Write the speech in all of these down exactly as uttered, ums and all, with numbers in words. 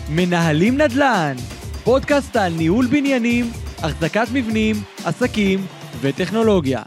מנהלים נדל"ן, פודקאסט על ניהול בניינים, החזקת מבנים, עסקים וטכנולוגיה.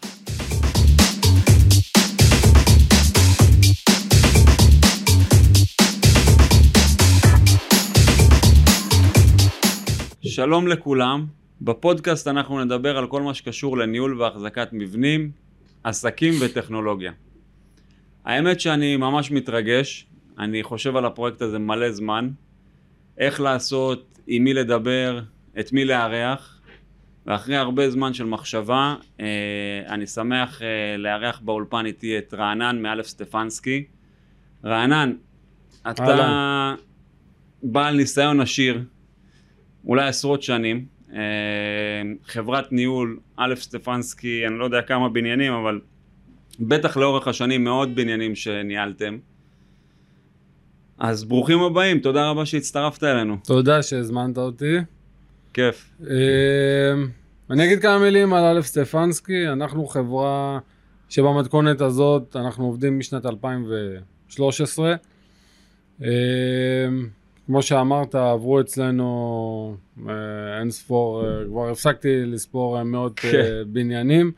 שלום לכולם, בפודקאסט אנחנו נדבר על כל מה שקשור לניהול והחזקת מבנים, עסקים וטכנולוגיה. האמת שאני ממש מתרגש, אני חושב על הפרויקט הזה מלא זמן, איך לעשות, עם מי לדבר, את מי לארח, ואחרי הרבה זמן של מחשבה, אני שמח לארח באולפן איתי את רענן מאלף סטפנסקי. רענן, אתה בעל ניסיון עשיר, אולי עשרות שנים, חברת ניהול אלף סטפנסקי, אני לא יודע כמה בניינים, אבל בטח לאורך השנים מאוד בניינים שניהלתם. אז ברוכים הבאים, תודה רבה שהצטרפת אלינו. תודה שהזמנת אותי. כיף. אני אגיד כמה מילים על אלף סטפנסקי. אנחנו חברה שבמתכונת הזאת אנחנו עובדים משנת אלפיים ושלוש עשרה. כמו שאמרת, עברו אצלנו אין ספור, כבר הפסקתי לספור מאות בניינים.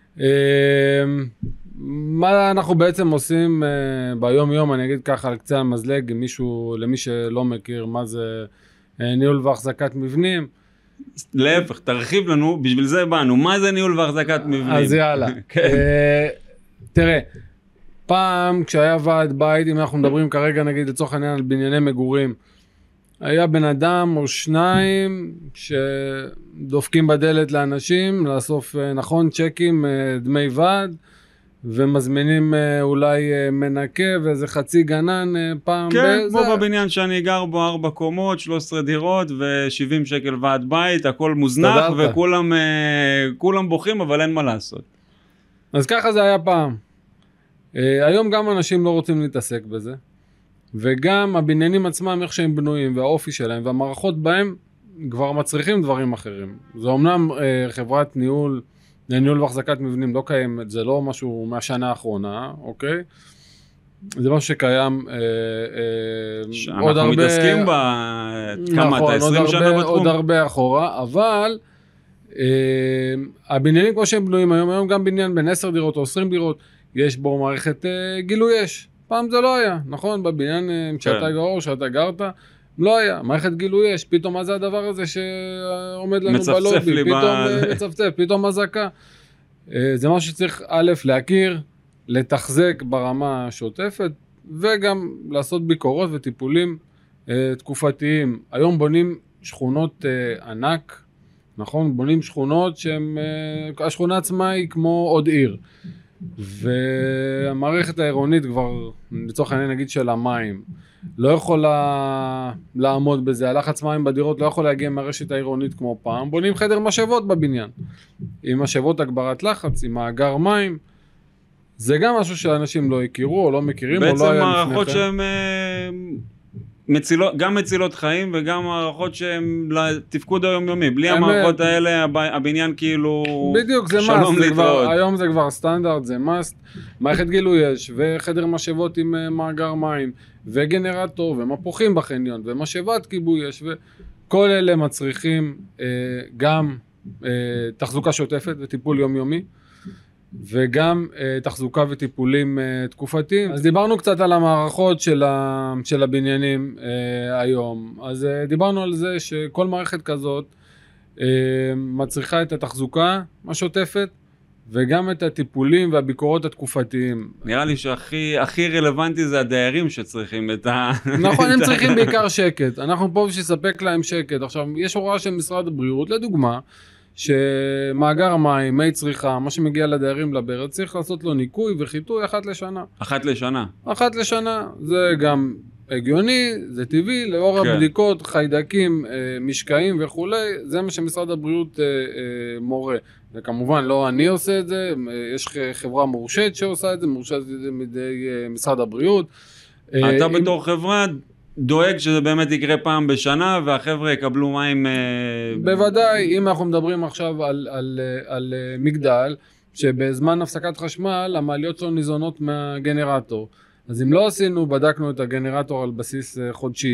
מה אנחנו בעצם עושים ביום יום, אני אגיד ככה על קצה המזלג, מישהו, למי שלא מכיר מה זה ניהול והחזקת מבנים. להפך, תרחיב לנו, בשביל זה באנו, מה זה ניהול והחזקת מבנים? אז יאללה. תראה, פעם כשהיה ועד בית, אם אנחנו מדברים כרגע נגיד לצורך העניין על בנייני מגורים, היה בן אדם או שניים שדופקים בדלת לאנשים, לאסוף נכון צ'קים, דמי ועד, ומזמינים אולי מנקה ואיזה חצי גנן פעם. כן, בזה. כמו בבניין שאני גר בו, ארבע קומות, שלוש עשרה דירות ו-שבעים שקל ועד בית, הכל מוזנח וכולם כולם בוכים, אבל אין מה לעשות. אז ככה זה היה פעם. היום גם אנשים לא רוצים להתעסק בזה, וגם הבניינים עצמם, איך שהם בנויים, והאופי שלהם, והמערכות בהם, כבר מצריכים דברים אחרים. זה אומנם חברת ניהול, ניהול והחזקת מבנים לא קיימת, זה לא משהו מהשנה האחרונה, אוקיי? זה משהו שקיים אה, אה, עוד הרבה... אנחנו מתעסקים ב... כמה נכון, אתה עשרים שנה בתחום? עוד הרבה אחורה, אבל אה, הבניינים כמו שהם בנויים היום, היום גם בניין בין עשר דירות או עשרים דירות, יש בו מערכת אה, גילוי אש. פעם זה לא היה, נכון? בבניין אה, שאתה כן. גר, שאתה גרת, לא היה. מערכת גילוי אש, פתאום מה זה הדבר הזה שעומד לנו בלובי? פתאום ב... מצפצף, פתאום הזקה. אה, זה משהו שצריך א', להכיר, לתחזק ברמה השוטפת, וגם לעשות ביקורות וטיפולים אה, תקופתיים. היום בונים שכונות אה, ענק, נכון? בונים שכונות שהן, אה, השכונה עצמה היא כמו עוד עיר. והמערכת העירונית כבר, לצורך העניין נגיד של המים, לא יכולה לעמוד בזה. הלחץ מים בדירות לא יכול להגיע מהרשת העירונית כמו פעם. בונים חדר משאבות בבניין, עם משאבות הגברת לחץ, עם מאגר מים. זה גם משהו שאנשים לא הכירו או לא מכירים או לא היה לפני כן. בעצם מערכות שהן מצילות, גם מצילות חיים וגם מערכות שהן לתפקוד היומיומי. בלי המערכות האלה הבניין כאילו בדיוק, זה מאסט. היום זה כבר סטנדרט, זה מאסט. מערכת גילוי אש וחדר משאבות עם מאגר מים וגנרטור ומפוחים בחניון ומשאבת כיבוי אש, וכל אלה מצריכים גם תחזוקה שוטפת וטיפול יומיומי, וגם uh, תחזוקה וטיפולים uh, תקופתיים. אז דיברנו קצת על המערכות של, ה, של הבניינים uh, היום. אז uh, דיברנו על זה שכל מערכת כזאת uh, מצריכה את התחזוקה השוטפת, וגם את הטיפולים והביקורות התקופתיים. נראה לי שהכי הכי רלוונטי זה הדיירים שצריכים את ה... נכון, הם צריכים בעיקר שקט. אנחנו פה בשביל לספק להם שקט. עכשיו, יש הוראה של משרד הבריאות, לדוגמה, שמאגר מים, מי צריכה, מה שמגיע לדיירים לברד, צריך לעשות לו ניקוי וחיטוי אחת לשנה. אחת לשנה. אחת לשנה. זה גם הגיוני, זה טבעי, לאור כן. הבדיקות, חיידקים, משקעים וכו'. זה מה שמשרד הבריאות מורה. וכמובן לא אני עושה את זה, יש חברה מורשת שעושה את זה, מורשת את זה מדי משרד הבריאות. אתה עם... בתור חברה דואג שזה באמת יקרה פעם בשנה, והחבר'ה יקבלו מים... בוודאי, אם אנחנו מדברים עכשיו על, על, על מגדל, שבזמן הפסקת חשמל, המעליות שלו ניזונות מהגנרטור. אז אם לא עשינו, בדקנו את הגנרטור על בסיס חודשי,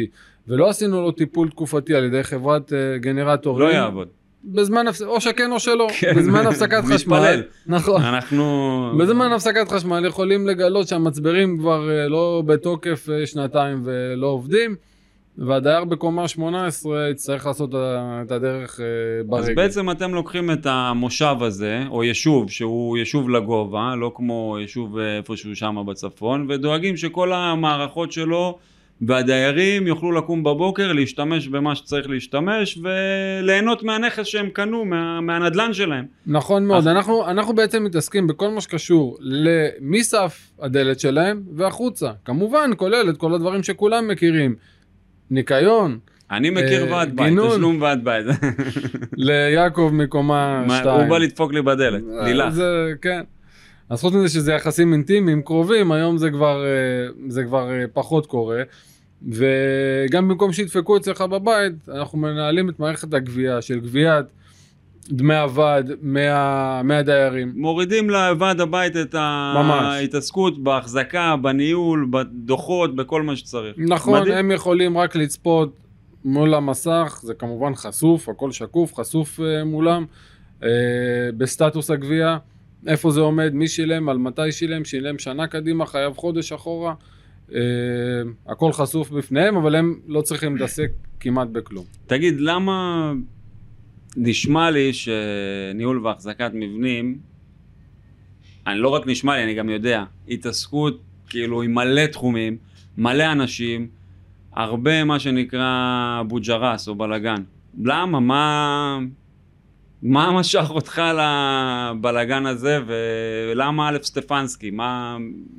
ולא עשינו לו טיפול תקופתי על ידי חברת גנרטורים. לא יעבוד. בזמן, או שכן או שלא, בזמן הפסקת חשמל, נכון, אנחנו... בזמן הפסקת חשמל יכולים לגלות שהמצברים כבר לא בתוקף שנתיים ולא עובדים, והדייר בקומה שמונה עשרה יצטרך לעשות את הדרך ברגל. אז בעצם אתם לוקחים את המושב הזה, או יישוב, שהוא יישוב לגובה, לא כמו יישוב איפשהו שם בצפון, ודואגים שכל המערכות שלו והדיירים יוכלו לקום בבוקר, להשתמש במה שצריך להשתמש, וליהנות מהנכס שהם קנו, מה, מהנדלן שלהם. נכון מאוד, אנחנו, אנחנו בעצם מתעסקים בכל מה שקשור למסף הדלת שלהם והחוצה. כמובן, כולל את כל הדברים שכולם מכירים. ניקיון. אני מכיר ועד בית, תשלום ועד בית. ליעקב מקומה שתיים. הוא בא לדפוק לי בדלת, לילך. זה, כן. אז חוץ מזה שזה יחסים אינטימיים, קרובים, היום זה כבר, זה כבר פחות קורה, וגם במקום שידפקו אצלך בבית, אנחנו מנהלים את מערכת הגבייה של גביית דמי הוועד מה, מהדיירים. מורידים לוועד הבית את ההתעסקות בהחזקה, בניהול, בדוחות, בכל מה שצריך. נכון, מדהים. הם יכולים רק לצפות מול המסך, זה כמובן חשוף, הכל שקוף, חשוף מולם, בסטטוס הגבייה. איפה זה עומד, מי שילם, על מתי שילם, שילם שנה קדימה, חייב חודש אחורה, אה, הכל חשוף בפניהם, אבל הם לא צריכים להתעסק כמעט בכלום. תגיד, למה נשמע לי שניהול והחזקת מבנים, אני לא רק נשמע לי, אני גם יודע, התעסקות כאילו עם מלא תחומים, מלא אנשים, הרבה מה שנקרא בוג'רס או בלגן. למה? מה... מה משך אותך לבלגן הזה, ולמה א' סטפנסקי? מה...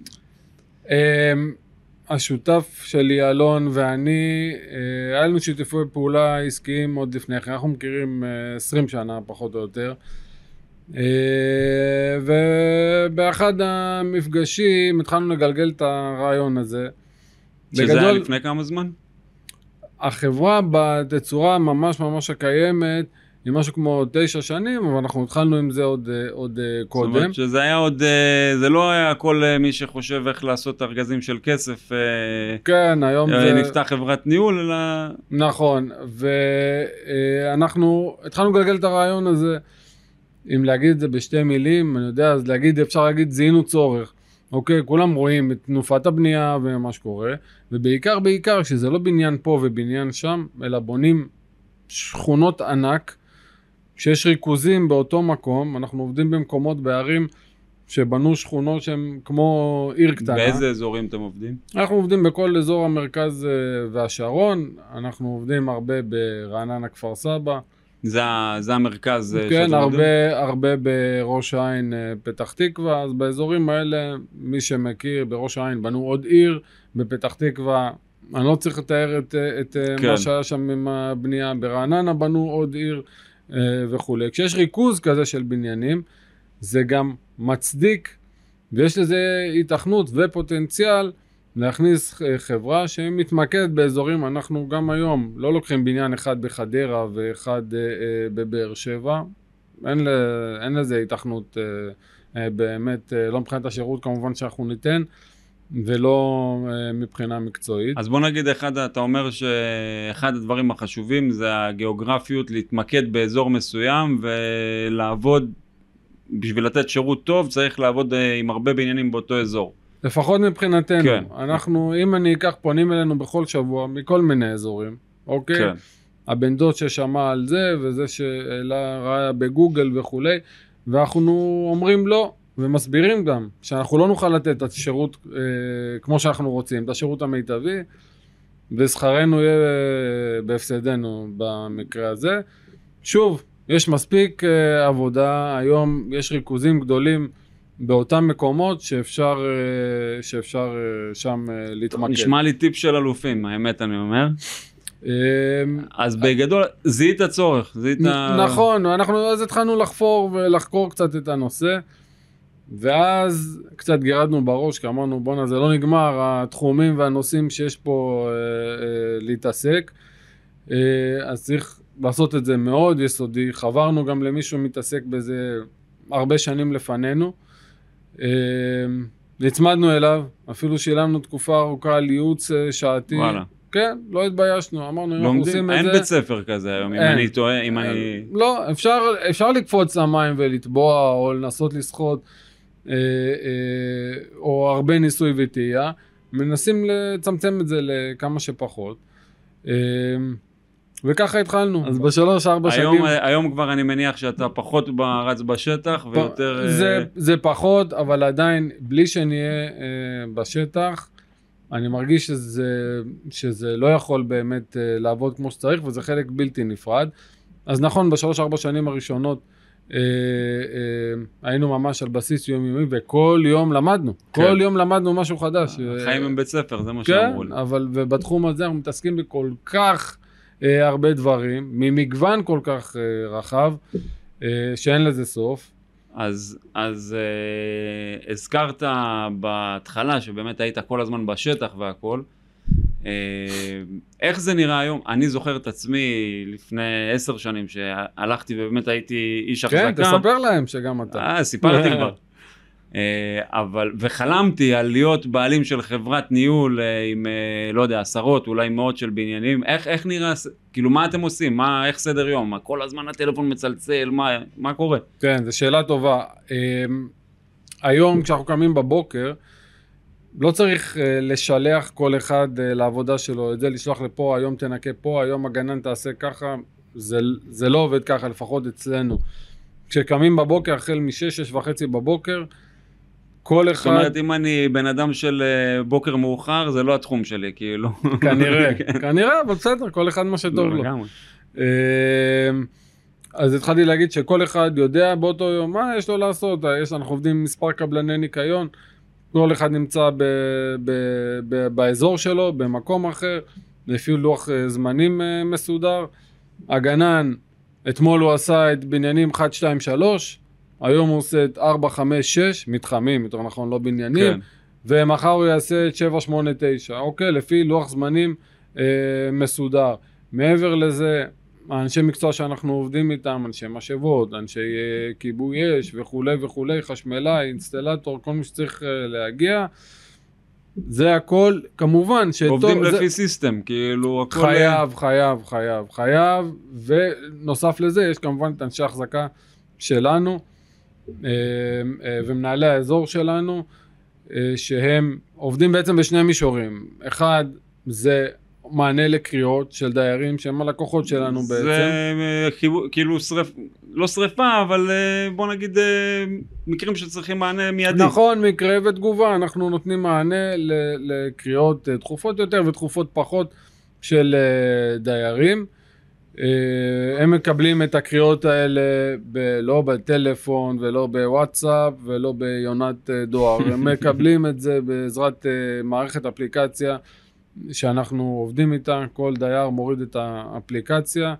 השותף שלי, אלון ואני, היה לנו שיתופי פעולה עסקיים עוד לפני כן, אנחנו מכירים עשרים שנה פחות או יותר, ובאחד המפגשים התחלנו לגלגל את הרעיון הזה. שזה בגדול, היה לפני כמה זמן? החברה בתצורה ממש ממש הקיימת, היא משהו כמו תשע שנים, אבל אנחנו התחלנו עם זה עוד, עוד קודם. זאת אומרת שזה היה עוד, זה לא היה כל מי שחושב איך לעשות ארגזים של כסף. כן, היום זה... נפתח חברת ניהול, אלא... נכון, ואנחנו התחלנו לגלגל את הרעיון הזה, אם להגיד את זה בשתי מילים, אני יודע, אז להגיד, אפשר להגיד, זיהינו צורך. אוקיי, כולם רואים את תנופת הבנייה ומה שקורה, ובעיקר, בעיקר, שזה לא בניין פה ובניין שם, אלא בונים שכונות ענק, שיש ריכוזים באותו מקום, אנחנו עובדים במקומות בערים שבנו שכונות שהן כמו עיר קטנה. באיזה אזורים אתם עובדים? אנחנו עובדים בכל אזור המרכז והשרון, אנחנו עובדים הרבה ברעננה כפר סבא. זה, זה המרכז כן, שאתם הרבה, עובדים? הרבה בראש העין פתח תקווה, אז באזורים האלה, מי שמכיר, בראש העין בנו עוד עיר, בפתח תקווה, אני לא צריך לתאר את, את כן. מה שהיה שם עם הבנייה, ברעננה בנו עוד עיר, וכו'. כשיש ריכוז כזה של בניינים, זה גם מצדיק, ויש לזה התכנות ופוטנציאל להכניס חברה שמתמקד באזורים, אנחנו גם היום לא לוקחים בניין אחד בחדרה ואחד בבאר שבע, אין, אין לזה התכנות באמת, לא מבחינת השירות כמובן שאנחנו ניתן, ולא מבחינה מקצועית. אז בוא נגיד, אחד, אתה אומר שאחד הדברים החשובים זה הגיאוגרפיות, להתמקד באזור מסוים ולעבוד, בשביל לתת שירות טוב, צריך לעבוד עם הרבה בניינים באותו אזור. לפחות מבחינתנו. כן. אנחנו, אם אני אקח, פונים אלינו בכל שבוע, מכל מיני אזורים, אוקיי? כן. הבן דוד ששמע על זה, וזה שאלה ראה בגוגל וכולי, ואנחנו אומרים לא, ומסבירים גם שאנחנו לא נוכל לתת את השירות אה, כמו שאנחנו רוצים, את השירות המיטבי, ושכרנו יהיה אה, בהפסדנו במקרה הזה. שוב, יש מספיק אה, עבודה, היום יש ריכוזים גדולים באותם מקומות שאפשר, אה, שאפשר אה, שם אה, להתמקד. נשמע לי טיפ של אלופים, האמת אני אומר. אז בגדול, זיהית הצורך, זיהית... נכון, אנחנו אז התחלנו לחפור ולחקור קצת את הנושא, ואז קצת גירדנו בראש, כי אמרנו, בונה, זה לא נגמר, התחומים והנושאים שיש פה אה, אה, להתעסק, אה, אז צריך לעשות את זה מאוד יסודי, חברנו גם למישהו מתעסק בזה הרבה שנים לפנינו, אה, נצמדנו אליו, אפילו שילמנו תקופה ארוכה על ייעוץ שעתי, וואלה. כן, לא התביישנו, אמרנו, אנחנו עושים את זה. אין בית ספר כזה היום, אם אני טועה, אם אני... לא, אפשר, אפשר לקפוץ למים ולטבוע, או לנסות לשחות, או הרבה ניסוי וטעייה, מנסים לצמצם את זה לכמה שפחות. וככה התחלנו, אז בשלוש, ארבע שנים... היום כבר אני מניח שאתה פחות רץ בשטח ויותר... זה פחות, אבל עדיין, בלי שנהיה בשטח, אני מרגיש שזה, שזה לא יכול באמת לעבוד כמו שצריך, וזה חלק בלתי נפרד. אז נכון, בשלוש, ארבע שנים הראשונות, היינו ממש על בסיס יומיומי, וכל יום למדנו, כל יום למדנו משהו חדש. החיים הם בית ספר, זה מה שאמרו לי. כן, אבל ובתחום הזה אנחנו מתעסקים בכל כך... הרבה דברים, ממגוון כל כך רחב, שאין לזה סוף. אז, אז אה, הזכרת בהתחלה שבאמת היית כל הזמן בשטח והכל. אה, איך זה נראה היום? אני זוכר את עצמי לפני עשר שנים שהלכתי ובאמת הייתי איש החזקה. כן, תספר להם שגם אתה. אה, סיפרתי כבר. אבל, וחלמתי על להיות בעלים של חברת ניהול עם, לא יודע, עשרות, אולי מאות של בניינים. איך, איך נראה, כאילו, מה אתם עושים? מה, איך סדר יום? מה, כל הזמן הטלפון מצלצל? מה, מה קורה? כן, זו שאלה טובה. היום, כשאנחנו קמים בבוקר, לא צריך לשלח כל אחד לעבודה שלו, את זה לשלוח לפה, היום תנקה פה, היום הגנן תעשה ככה. זה, זה לא עובד ככה, לפחות אצלנו. כשקמים בבוקר, החל משש, שש וחצי בבוקר, כל אחד... זאת אומרת, אם אני בן אדם של בוקר מאוחר, זה לא התחום שלי, כאילו. כנראה, כנראה, אבל בסדר, כל אחד מה שטוב לו. אז התחלתי להגיד שכל אחד יודע באותו יום, מה יש לו לעשות? יש, אנחנו עובדים מספר קבלני ניקיון, כל אחד נמצא ב, ב, ב, באזור שלו, במקום אחר, לפי לוח זמנים מסודר. הגנן, אתמול הוא עשה את בניינים אחת, שתיים, שלוש, היום הוא עושה את ארבע, חמש, שש, מתחמים, יותר נכון, לא בניינים, כן. ומחר הוא יעשה את שבע, שמונה, תשע, אוקיי, לפי לוח זמנים אה, מסודר. מעבר לזה, האנשי מקצוע שאנחנו עובדים איתם, אנשי משאבות, אנשי אה, כיבוי אש וכולי וכולי, חשמלאי, אינסטלטור, כל מי שצריך אה, להגיע, זה הכל, כמובן, עובדים לפי סיסטם, כאילו הכל... חייב, חייב, חייב, חייב, ונוסף לזה, יש כמובן את אנשי החזקה שלנו, ומנהלי האזור שלנו, שהם עובדים בעצם בשני מישורים. אחד, זה מענה לקריאות של דיירים, שהם הלקוחות שלנו בעצם. זה כאילו שרף, לא שרפה, אבל בוא נגיד מקרים שצריכים מענה מיידי. נכון, מקרה ותגובה, אנחנו נותנים מענה לקריאות דחופות יותר ודחופות פחות של דיירים. הם מקבלים את הקריאות האלה ב- לא בטלפון ולא בוואטסאפ ולא ביונת דואר, הם מקבלים את זה בעזרת מערכת אפליקציה שאנחנו עובדים איתה, כל דייר מוריד את האפליקציה,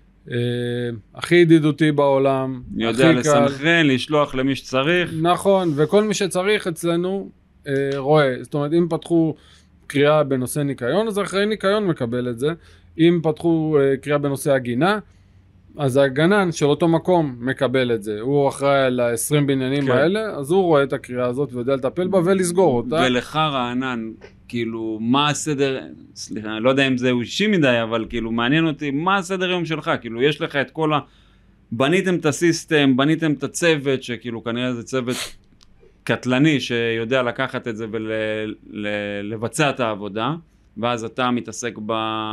הכי ידידותי בעולם, יודע לסנכרן, לשלוח למי שצריך. נכון, וכל מי שצריך אצלנו רואה, זאת אומרת אם פתחו קריאה בנושא ניקיון, אז אחרי ניקיון מקבל את זה, אם פתחו uh, קריאה בנושא הגינה, אז הגנן של אותו מקום מקבל את זה. הוא אחראי על ה-עשרים בניינים כן. האלה, אז הוא רואה את הקריאה הזאת ויודע לטפל בה ולסגור אותה. ולך רענן, כאילו, מה הסדר, סליחה, אני לא יודע אם זה אישי מדי, אבל כאילו, מעניין אותי, מה הסדר יום שלך? כאילו, יש לך את כל ה... בניתם את הסיסטם, בניתם את הצוות, שכאילו, כנראה זה צוות קטלני, שיודע לקחת את זה ולבצע את העבודה, ואז אתה מתעסק ב...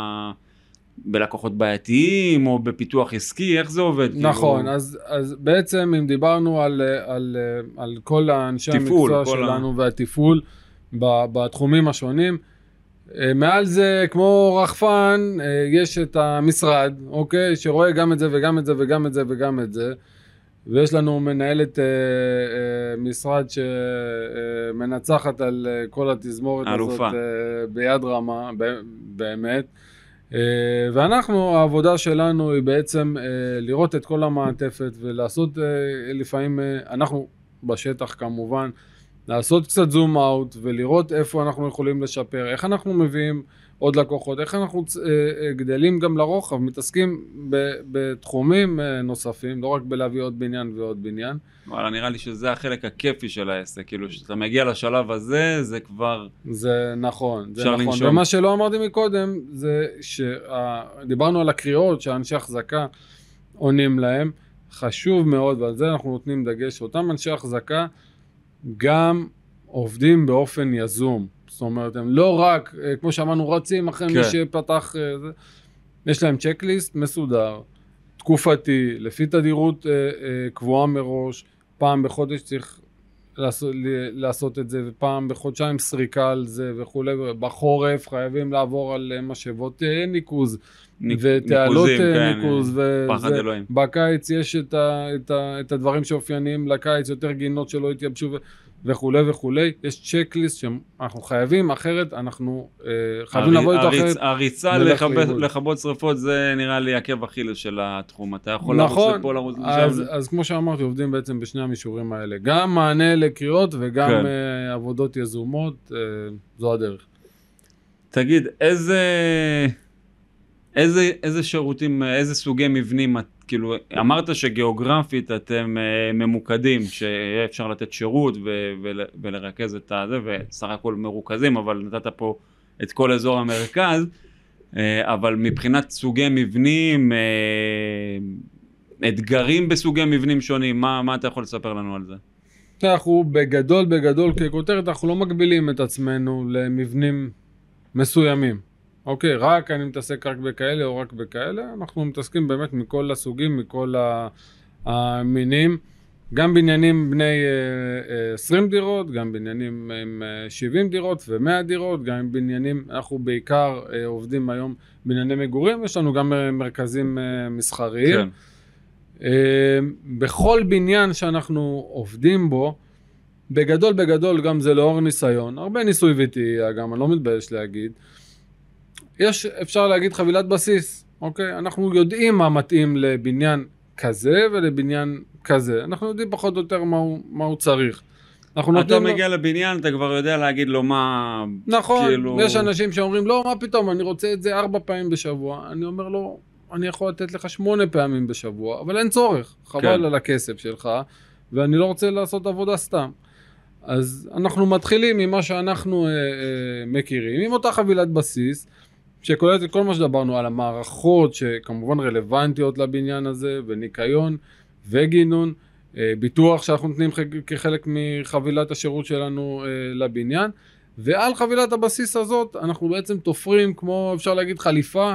בלקוחות בעייתיים או בפיתוח עסקי, איך זה עובד? נכון, כאילו... אז, אז בעצם אם דיברנו על, על, על כל האנשי תפעול, המקצוע כל שלנו ה... והטיפול בתחומים השונים, מעל זה כמו רחפן יש את המשרד, אוקיי, שרואה גם את זה וגם את זה וגם את זה וגם את זה, ויש לנו מנהלת אה, אה, משרד שמנצחת על כל התזמורת הזאת אה, ביד רמה, באמת. ואנחנו, העבודה שלנו היא בעצם לראות את כל המעטפת ולעשות לפעמים, אנחנו בשטח כמובן, לעשות קצת זום אאוט ולראות איפה אנחנו יכולים לשפר, איך אנחנו מביאים עוד לקוחות, איך אנחנו גדלים גם לרוחב, מתעסקים בתחומים נוספים, לא רק בלהביא עוד בניין ועוד בניין. וואלה, נראה לי שזה החלק הכיפי של העסק, כאילו שאתה מגיע לשלב הזה, זה כבר... זה נכון, זה נכון. לנשום. ומה שלא אמרתי מקודם, זה שדיברנו על הקריאות שאנשי החזקה עונים להם, חשוב מאוד, ועל זה אנחנו נותנים דגש, אותם אנשי החזקה גם עובדים באופן יזום. זאת אומרת, הם לא רק, כמו שאמרנו, רצים אחרי כן. מי שפתח, זה, יש להם צ'קליסט מסודר, תקופתי, לפי תדירות אה, אה, קבועה מראש, פעם בחודש צריך לעשות, לעשות את זה, ופעם בחודשיים סריקה על זה וכו'. בחורף חייבים לעבור על משאבות ניקוז, ניק, ותעלות כן, ניקוז, פחד אלוהים. בקיץ יש את, ה, את, ה, את הדברים שאופיינים לקיץ, יותר גינות שלא יתייבשו ו... וכו' וכו'. יש צ'קליסט שאנחנו חייבים, אחרת אנחנו אה, חייבים לבוא איתו אחרת. הריצה לכבות שריפות זה נראה לי עקב אכילס של התחום. אתה יכול נכון, לרוץ לפה, לרוץ אז, לשם. אז כמו שאמרתי, עובדים בעצם בשני המישורים האלה. גם מענה לקריאות וגם כן. אה, עבודות יזומות, אה, זו הדרך. תגיד, איזה, איזה, איזה שירותים, איזה סוגי מבנים את כאילו, אמרת שגיאוגרפית אתם uh, ממוקדים, שיהיה אפשר לתת שירות ו- ול- ולרכז את זה, וסך הכל מרוכזים, אבל נתת פה את כל אזור המרכז, uh, אבל מבחינת סוגי מבנים, uh, אתגרים בסוגי מבנים שונים, מה, מה אתה יכול לספר לנו על זה? אנחנו בגדול, בגדול, ככותרת, אנחנו לא מגבילים את עצמנו למבנים מסוימים. אוקיי, רק אני מתעסק רק בכאלה או רק בכאלה, אנחנו מתעסקים באמת מכל הסוגים, מכל המינים, גם בניינים בני עשרים דירות, גם בניינים עם שבעים דירות ו-מאה דירות, גם בניינים, אנחנו בעיקר עובדים היום בנייני מגורים, יש לנו גם מרכזים מסחריים. כן. בכל בניין שאנחנו עובדים בו, בגדול בגדול גם זה לאור ניסיון, הרבה ניסוי וטעייה, גם אני לא מתבייש להגיד, יש, אפשר להגיד חבילת בסיס, אוקיי? אנחנו יודעים מה מתאים לבניין כזה ולבניין כזה. אנחנו יודעים פחות או יותר מה הוא, מה הוא צריך. אתה מגיע לו... לבניין, אתה כבר יודע להגיד לו מה... נכון, כאילו... יש אנשים שאומרים, לא, מה פתאום, אני רוצה את זה ארבע פעמים בשבוע. אני אומר לו, אני יכול לתת לך שמונה פעמים בשבוע, אבל אין צורך. חבל כן. על הכסף שלך, ואני לא רוצה לעשות עבודה סתם. אז אנחנו מתחילים ממה שאנחנו אה, אה, מכירים, עם אותה חבילת בסיס, שכוללת את כל מה שדברנו על המערכות שכמובן רלוונטיות לבניין הזה, וניקיון וגינון, ביטוח שאנחנו נותנים כחלק מחבילת השירות שלנו לבניין, ועל חבילת הבסיס הזאת אנחנו בעצם תופרים, כמו אפשר להגיד, חליפה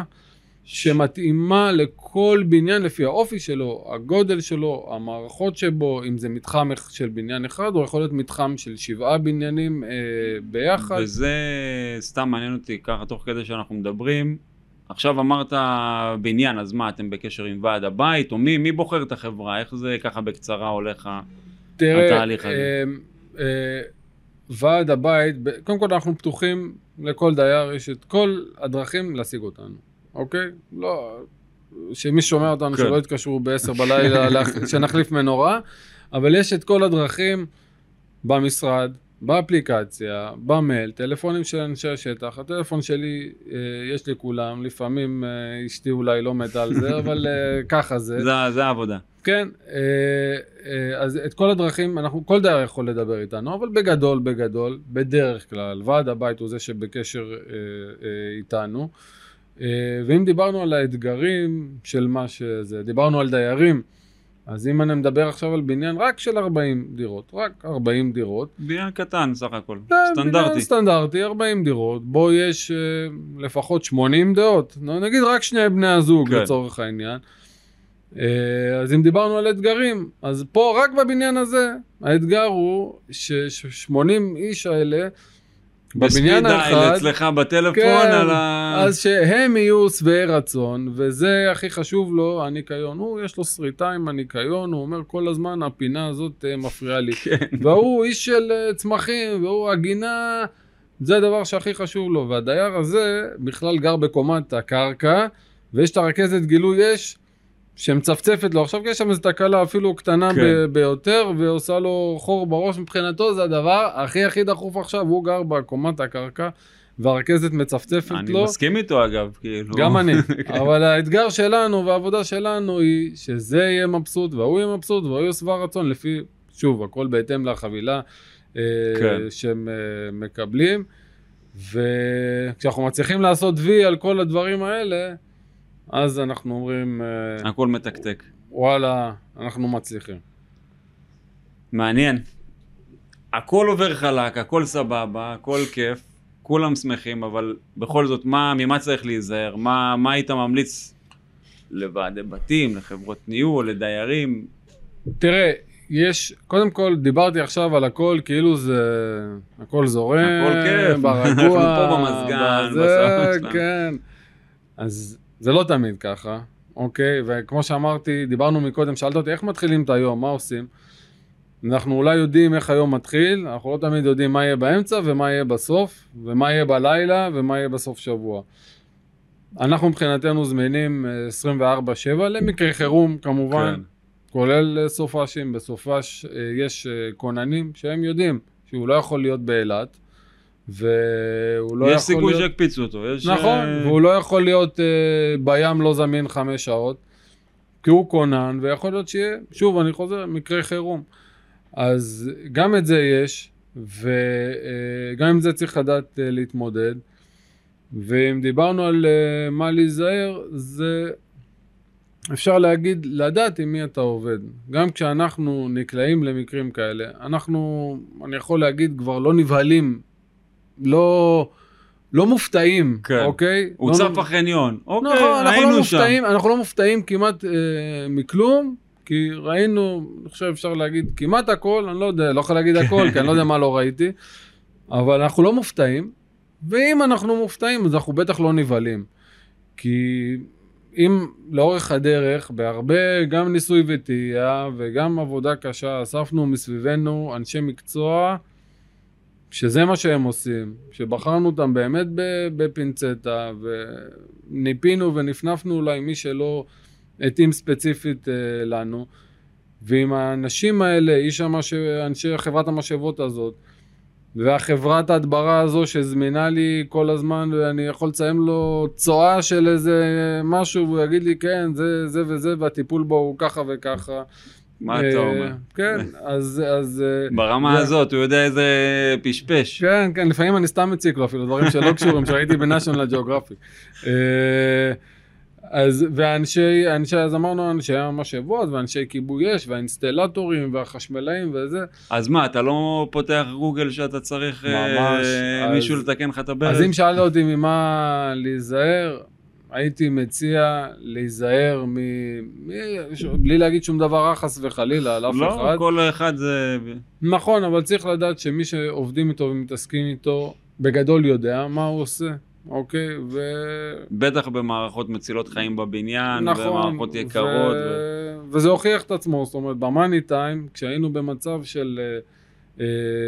שמתאימה לכל בניין לפי האופי שלו, הגודל שלו, המערכות שבו, אם זה מתחם של בניין אחד, או יכול להיות מתחם של שבעה בניינים אה, ביחד. וזה סתם מעניין אותי ככה, תוך כדי שאנחנו מדברים. עכשיו אמרת בניין, אז מה, אתם בקשר עם ועד הבית, או מי, מי בוחר את החברה? איך זה ככה בקצרה הולך תראה, התהליך הזה? אה, אה, ועד הבית, קודם כל אנחנו פתוחים לכל דייר, יש את כל הדרכים להשיג אותנו. אוקיי? לא, שמי שומע אותנו כן. שלא יתקשרו בעשר בלילה, שנחליף מנורה, אבל יש את כל הדרכים במשרד, באפליקציה, במייל, טלפונים של אנשי השטח, הטלפון שלי, יש לי כולם, לפעמים אשתי אולי לא מתה על זה, אבל ככה זה. זה, זה העבודה. כן, אז את כל הדרכים, אנחנו, כל דייר יכול לדבר איתנו, אבל בגדול, בגדול, בדרך כלל, ועד הבית הוא זה שבקשר איתנו, ואם דיברנו על האתגרים של מה שזה, דיברנו על דיירים, אז אם אני מדבר עכשיו על בניין רק של ארבעים דירות, רק ארבעים דירות. בניין קטן סך הכל, סטנדרטי. בניין סטנדרטי, ארבעים דירות, בו יש uh, לפחות שמונים דעות, נגיד רק שני בני הזוג כן. לצורך העניין. Uh, אז אם דיברנו על אתגרים, אז פה רק בבניין הזה, האתגר הוא ש-שמונים איש האלה, בבניין האחד, אצלך בטלפון כן, על ה... אז שהם יהיו שבעי רצון, וזה הכי חשוב לו, הניקיון. הוא, יש לו שריטה עם הניקיון, הוא אומר כל הזמן, הפינה הזאת מפריעה לי. כן. והוא איש של צמחים, והוא הגינה, זה הדבר שהכי חשוב לו. והדייר הזה בכלל גר בקומת הקרקע, ויש את הרכזת גילוי אש, שמצפצפת לו, עכשיו יש שם איזו תקלה אפילו קטנה כן. ב- ביותר, ועושה לו חור בראש, מבחינתו זה הדבר הכי הכי דחוף עכשיו, הוא גר בקומת הקרקע, והרכזת מצפצפת אני לו. מסכים איתו אגב, כאילו. גם אני, אבל האתגר שלנו והעבודה שלנו היא שזה יהיה מבסוט, והוא יהיה מבסוט, והוא יהיה שבע רצון, לפי, שוב, הכל בהתאם לחבילה כן. שהם מקבלים, וכשאנחנו מצליחים לעשות וי על כל הדברים האלה, אז אנחנו אומרים, הכל מתקתק. וואלה, אנחנו מצליחים. מעניין. הכל עובר חלק, הכל סבבה, הכל כיף, כולם שמחים, אבל בכל זאת, מה, ממה צריך להיזהר? מה, מה היית ממליץ לוועדי בתים, לחברות ניהול, לדיירים? תראה, יש, קודם כל, דיברתי עכשיו על הכל, כאילו זה, הכל זורם, הכל כיף, ברגוע, אנחנו פה במזגן, בזה, בסוף שלנו. כן. אז זה לא תמיד ככה, אוקיי? וכמו שאמרתי, דיברנו מקודם, שאלת אותי, איך מתחילים את היום, מה עושים? אנחנו אולי יודעים איך היום מתחיל, אנחנו לא תמיד יודעים מה יהיה באמצע ומה יהיה בסוף, ומה יהיה בלילה ומה יהיה בסוף שבוע. אנחנו מבחינתנו זמינים עשרים וארבע שבע למקרה חירום כמובן, כן. כולל סופשים, בסופש יש כוננים שהם יודעים שהוא לא יכול להיות באילת, והוא לא יכול להיות... יש סיכוי שיקפיצו אותו. יש... נכון, והוא לא יכול להיות בים לא זמין חמש שעות, כי הוא כונן, ויכול להיות שיהיה, שוב אני חוזר, מקרה חירום. אז גם את זה יש, וגם עם זה צריך לדעת להתמודד, ואם דיברנו על מה להיזהר, זה אפשר להגיד, לדעת עם מי אתה עובד. גם כשאנחנו נקלעים למקרים כאלה, אנחנו, אני יכול להגיד, כבר לא נבהלים, לא, לא מופתעים, כן. אוקיי? הוא לא צף נ... החניון, אוקיי, נכון, אנחנו היינו לא שם. מופתעים, אנחנו לא מופתעים כמעט אה, מכלום, כי ראינו, אני חושב אפשר להגיד כמעט הכל, אני לא יודע, לא יכול להגיד הכל, כי אני לא יודע מה לא ראיתי, אבל אנחנו לא מופתעים, ואם אנחנו מופתעים, אז אנחנו בטח לא נבהלים. כי אם לאורך הדרך, בהרבה גם ניסוי וטעייה, וגם עבודה קשה, אספנו מסביבנו אנשי מקצוע, שזה מה שהם עושים, שבחרנו אותם באמת בפינצטה, וניפינו ונפנפנו אולי מי שלא התאים ספציפית לנו, ועם האנשים האלה, איש המש... אנשי חברת המשאבות הזאת, והחברת ההדברה הזו שזמינה לי כל הזמן, ואני יכול לציין לו צועה של איזה משהו, והוא יגיד לי כן, זה, זה וזה, והטיפול בו הוא ככה וככה. מה אתה אומר? כן, אז... אז ברמה הזאת, הוא יודע איזה פשפש. כן, כן, לפעמים אני סתם מציק לו אפילו, דברים שלא קשורים, שהייתי בנשיונל ג'אוגרפיק. אז, ואנשי, אנשי, אז אמרנו, אנשי המשאבות, ואנשי כיבוי אש, והאינסטלטורים, והחשמלאים, וזה. אז מה, אתה לא פותח גוגל שאתה צריך ממש, אה, מישהו אז, לתקן לך את הברז? אז אם שאלת אותי ממה להיזהר, הייתי מציע להיזהר מ... מ... בלי להגיד שום דבר חס וחלילה על אף לא, אחד. לא, כל אחד זה... נכון, אבל צריך לדעת שמי שעובדים איתו ומתעסקים איתו, בגדול יודע מה הוא עושה. אוקיי, ו... בטח במערכות מצילות חיים בבניין, נכון, ומערכות יקרות. ו... ו... וזה הוכיח את עצמו, זאת אומרת, במאני טיים, כשהיינו במצב של אה,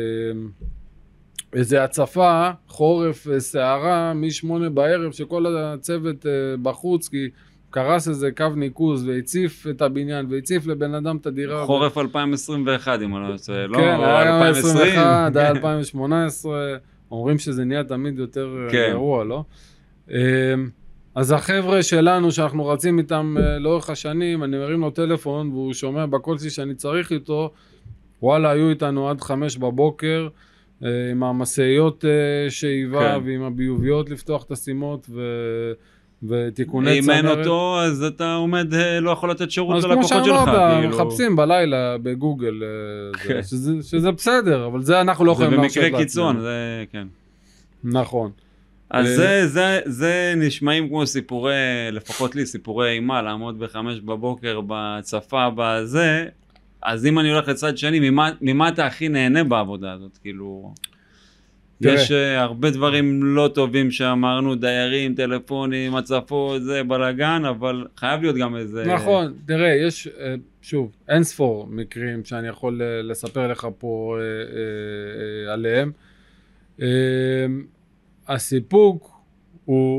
איזה הצפה, חורף, סערה, משמונה בערב, שכל הצוות אה, בחוץ, כי קרס איזה קו ניקוז, והציף את הבניין, והציף לבן אדם את הדירה. חורף ו... אלפיים עשרים ואחת, אם אני לא יוצא, לא? כן, היה אלפיים עשרים. עשרים ואחת, היה אלפיים שמונה עשרה, אומרים שזה נהיה תמיד יותר כן. גרוע, לא? אז החבר'ה שלנו שאנחנו רצים איתם לאורך השנים, אני מרים לו טלפון והוא שומע בקולסי שאני צריך איתו, וואלה, היו איתנו עד חמש בבוקר, עם המסעיות שאיבה כן. ועם הביוביות לפתוח את הסימות ו... ותיקוני צנרת. אם אין אותו, אז אתה עומד, לא יכול לתת שירות ללקוחות שלך. אז כמו שאמרת, כאילו... מחפשים בלילה בגוגל, כן. שזה, שזה בסדר, אבל זה אנחנו לא יכולים להרשות לעצמנו. זה במקרה קיצון, זה כן. נכון. אז זה, זה, זה נשמעים כמו סיפורי, לפחות לי, סיפורי אימה, לעמוד בחמש בבוקר בצפה בזה, אז אם אני הולך לצד שני, ממה, ממה אתה הכי נהנה בעבודה הזאת? כאילו, תראה. יש uh, הרבה דברים לא טובים שאמרנו, דיירים, טלפונים, הצפות, זה בלגן, אבל חייב להיות גם איזה... נכון, תראה, יש, uh, שוב, אין ספור מקרים שאני יכול uh, לספר לך פה uh, uh, uh, עליהם. Uh, הסיפוק הוא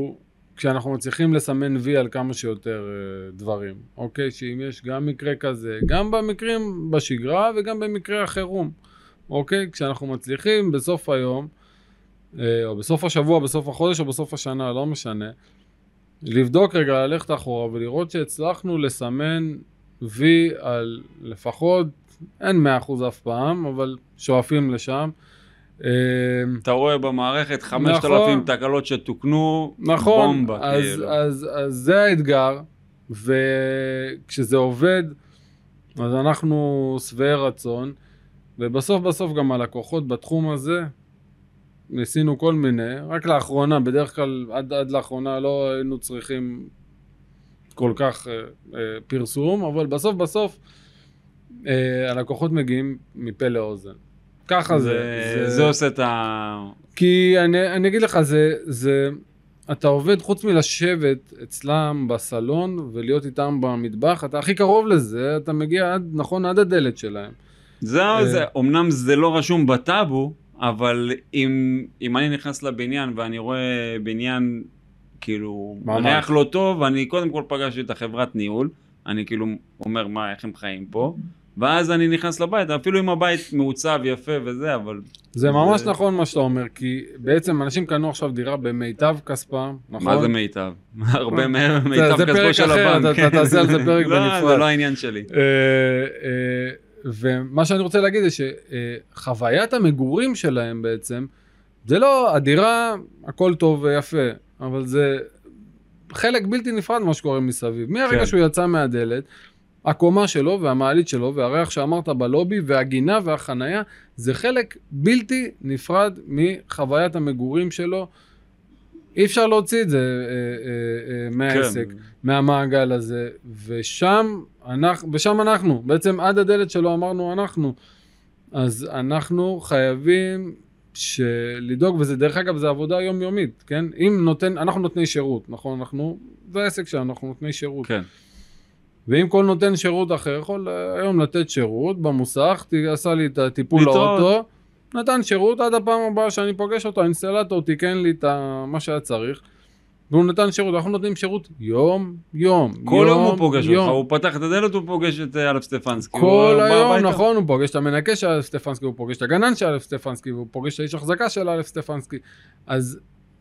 כשאנחנו מצליחים לסמן וי על כמה שיותר uh, דברים, אוקיי? שאם יש גם מקרה כזה, גם במקרים בשגרה וגם במקרה החירום, אוקיי? כשאנחנו מצליחים בסוף היום, uh, או בסוף השבוע, בסוף החודש או בסוף השנה, לא משנה, לבדוק רגע, ללכת אחורה ולראות שהצלחנו לסמן וי על לפחות, אין מאה אחוז אף פעם, אבל שואפים לשם. אתה רואה במערכת חמשת אלפים תקלות שתוקנו, נכון, בומבה. אז, כאילו. אז, אז זה האתגר, וכשזה עובד, אז אנחנו שבעי רצון, ובסוף בסוף גם הלקוחות בתחום הזה, ניסינו כל מיני, רק לאחרונה, בדרך כלל עד, עד לאחרונה לא היינו צריכים כל כך אה, אה, פרסום, אבל בסוף בסוף אה, הלקוחות מגיעים מפה לאוזן. ככה זה. זה, זה... זה עושה את ה... כי אני, אני אגיד לך, זה, זה, אתה עובד חוץ מלשבת אצלם בסלון ולהיות איתם במטבח, אתה הכי קרוב לזה, אתה מגיע עד, נכון, עד הדלת שלהם. זהו, זה, אמנם זה לא רשום בטאבו, אבל אם, אם אני נכנס לבניין ואני רואה בניין כאילו מריח לא טוב, אני קודם כל פגשתי את החברת ניהול, אני כאילו אומר מה, איך הם חיים פה, ואז אני נכנס לבית, אפילו אם הבית מעוצב יפה וזה, אבל... זה ממש נכון מה שאתה אומר, כי בעצם אנשים קנו עכשיו דירה במיטב כספם, נכון? מה זה מיטב? הרבה מיטב כספו של הבנק. אתה תעשה על זה פרק בנפרד. לא, זה לא העניין שלי. ומה שאני רוצה להגיד זה שחוויית המגורים שלהם בעצם, זה לא, הדירה, הכל טוב ויפה, אבל זה חלק בלתי נפרד מה שקורה מסביב. מהרגע שהוא יצא מהדלת, הקומה שלו והמעלית שלו והריח שאמרת בלובי והגינה והחנייה, זה חלק בלתי נפרד מחוויית המגורים שלו. אי אפשר להוציא את זה אה, אה, אה, מהעסק, כן. מהמעגל הזה, ושם אנחנו, ושם אנחנו, בעצם עד הדלת שלו אמרנו אנחנו, אז אנחנו חייבים לדאוג, וזה דרך אגב, זה עבודה יומיומית, כן? אם נותן, אנחנו נותני שירות, נכון? אנחנו, זה העסק שלנו, אנחנו נותני שירות. כן. ואם כל נותן שירות אחר, יכול היום לתת שירות במוסך, עשה לי את הטיפול לאוטו, נתן שירות עד הפעם הבאה שאני פוגש אותו, האינסטלטור תיקן לי את מה שהיה צריך, והוא נתן שירות, אנחנו נותנים שירות יום, יום, כל יום הוא פוגש אותך, הוא פתח את הדלת, הוא פוגש את אלף סטפנסקי. כל היום, נכון, הוא פוגש את המנקה של אלף סטפנסקי, הוא פוגש את הגנן של אלף סטפנסקי, והוא פוגש את האיש החזקה של אלף סטפנסקי. אז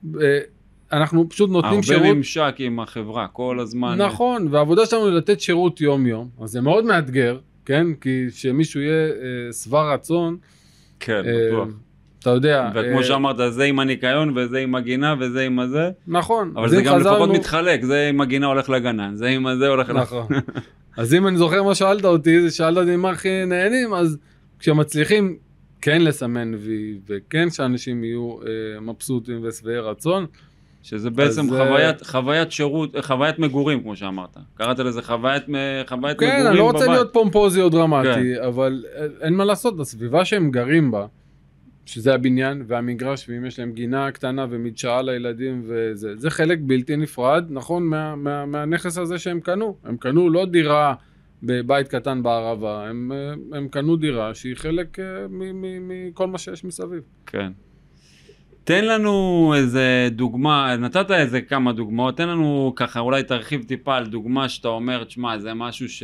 אנחנו פשוט נותנים שירות. הרבה ממשק עם החברה, כל הזמן. נכון, והעבודה שלנו היא לתת שירות יום יום, אז זה מאוד מאתגר, כן? כי שמישהו יהיה שבע רצון. כן, בטוח. אתה יודע. וכמו שאמרת, זה עם הניקיון, וזה עם הגינה, וזה עם הזה. נכון. אבל זה גם לפחות מתחלק, זה עם הגינה הולך לגנן, זה עם הזה הולך לגנן. נכון. אז אם אני זוכר מה שאלת אותי, זה שאלת אותי מה הכי נהנים, אז כשמצליחים כן לסמן וי, וכן שאנשים יהיו מבסוטים ושבעי רצון, שזה בעצם חוויית, חוויית שירות, חוויית מגורים, כמו שאמרת. קראת לזה חוויית, חוויית כן, מגורים בבית. כן, אני לא רוצה להיות פומפוזי או דרמטי, כן. אבל אין מה לעשות, בסביבה שהם גרים בה, שזה הבניין והמגרש, ואם יש להם גינה קטנה ומדשאה לילדים, וזה, זה חלק בלתי נפרד, נכון, מה, מה, מהנכס הזה שהם קנו. הם קנו לא דירה בבית קטן בערבה, הם, הם קנו דירה שהיא חלק מכל מה שיש מסביב. כן. תן לנו איזה דוגמה, נתת איזה כמה דוגמאות, תן לנו ככה, אולי תרחיב טיפה על דוגמה שאתה אומר, תשמע, זה משהו ש...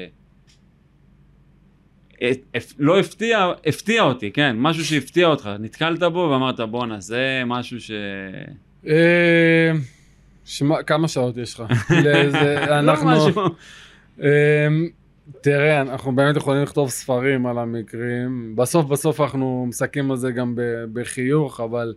לא הפתיע, הפתיע אותי, כן, משהו שהפתיע אותך, נתקלת בו ואמרת, בואנה, זה משהו ש... כמה שעות יש לך? אנחנו... תראה, אנחנו באמת יכולים לכתוב ספרים על המקרים, בסוף בסוף אנחנו מסכים על זה גם בחיוך, אבל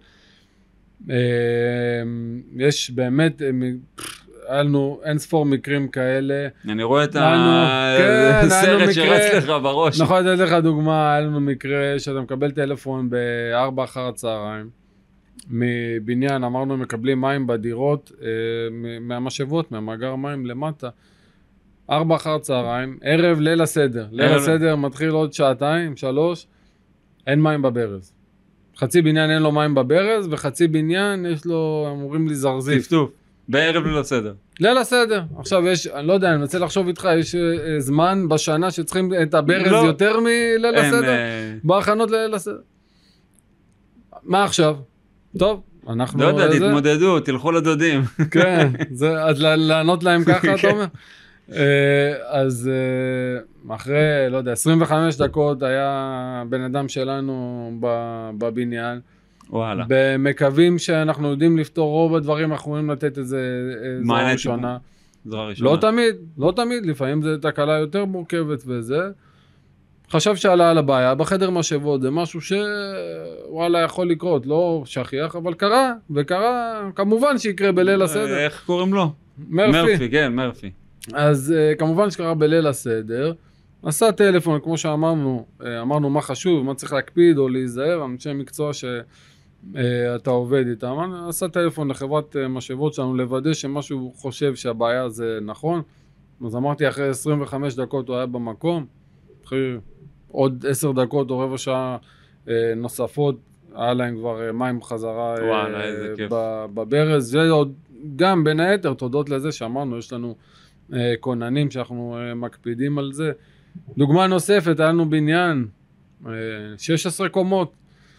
יש באמת, היה לנו אין ספור מקרים כאלה. אני רואה את הסרט שרץ לך בראש. נכון, לתת לך דוגמה, היה לנו מקרה שאתה מקבל טלפון בארבע אחר הצהריים, מבניין, אמרנו, מקבלים מים בדירות, מהמשאבות, מהמאגר מים למטה, ארבע אחר צהריים, ערב ליל הסדר. ליל הסדר מתחיל עוד שעתיים, שלוש, אין מים בברז. חצי בניין אין לו מים בברז, וחצי בניין יש לו, אמורים לי זרזיף. טפטוף, בערב ליל הסדר. ליל הסדר. עכשיו יש, אני לא יודע, אני מנסה לחשוב איתך, יש זמן בשנה שצריכים את הברז לא, יותר מליל הסדר? בהכנות ליל הסדר. מה עכשיו? טוב, אנחנו... לא יודע, זה... תתמודדו, תלכו לדודים. כן, זה, אז לענות להם ככה, אתה אומר? אז אחרי, לא יודע, עשרים וחמש דקות היה בן אדם שלנו בבניין. וואלה. במקווים שאנחנו יודעים לפתור רוב הדברים, אנחנו יכולים לתת איזה זרה ראשונה. זרה ראשונה. לא תמיד, לא תמיד, לפעמים זו תקלה יותר מורכבת וזה. חשב שעלה על הבעיה, בחדר משאבות זה משהו שוואלה יכול לקרות, לא שכיח, אבל קרה, וקרה, כמובן שיקרה בליל הסדר. איך קוראים לו? מרפי. מרפי, כן, מרפי. אז כמובן שקרה בליל הסדר, עשה טלפון, כמו שאמרנו, אמרנו מה חשוב, מה צריך להקפיד או להיזהר, אנשי מקצוע שאתה עובד איתם, עשה טלפון לחברת משאבות שלנו, לוודא שמשהו חושב שהבעיה זה נכון, אז אמרתי אחרי עשרים וחמש דקות הוא היה במקום, אחרי עוד עשר דקות או רבע שעה נוספות, היה להם כבר מים חזרה וואלה, איזה כיף. בברז, ועוד גם בין היתר, תודות לזה שאמרנו, יש לנו כוננים שאנחנו מקפידים על זה. דוגמה נוספת, היה לנו בניין, שש עשרה קומות,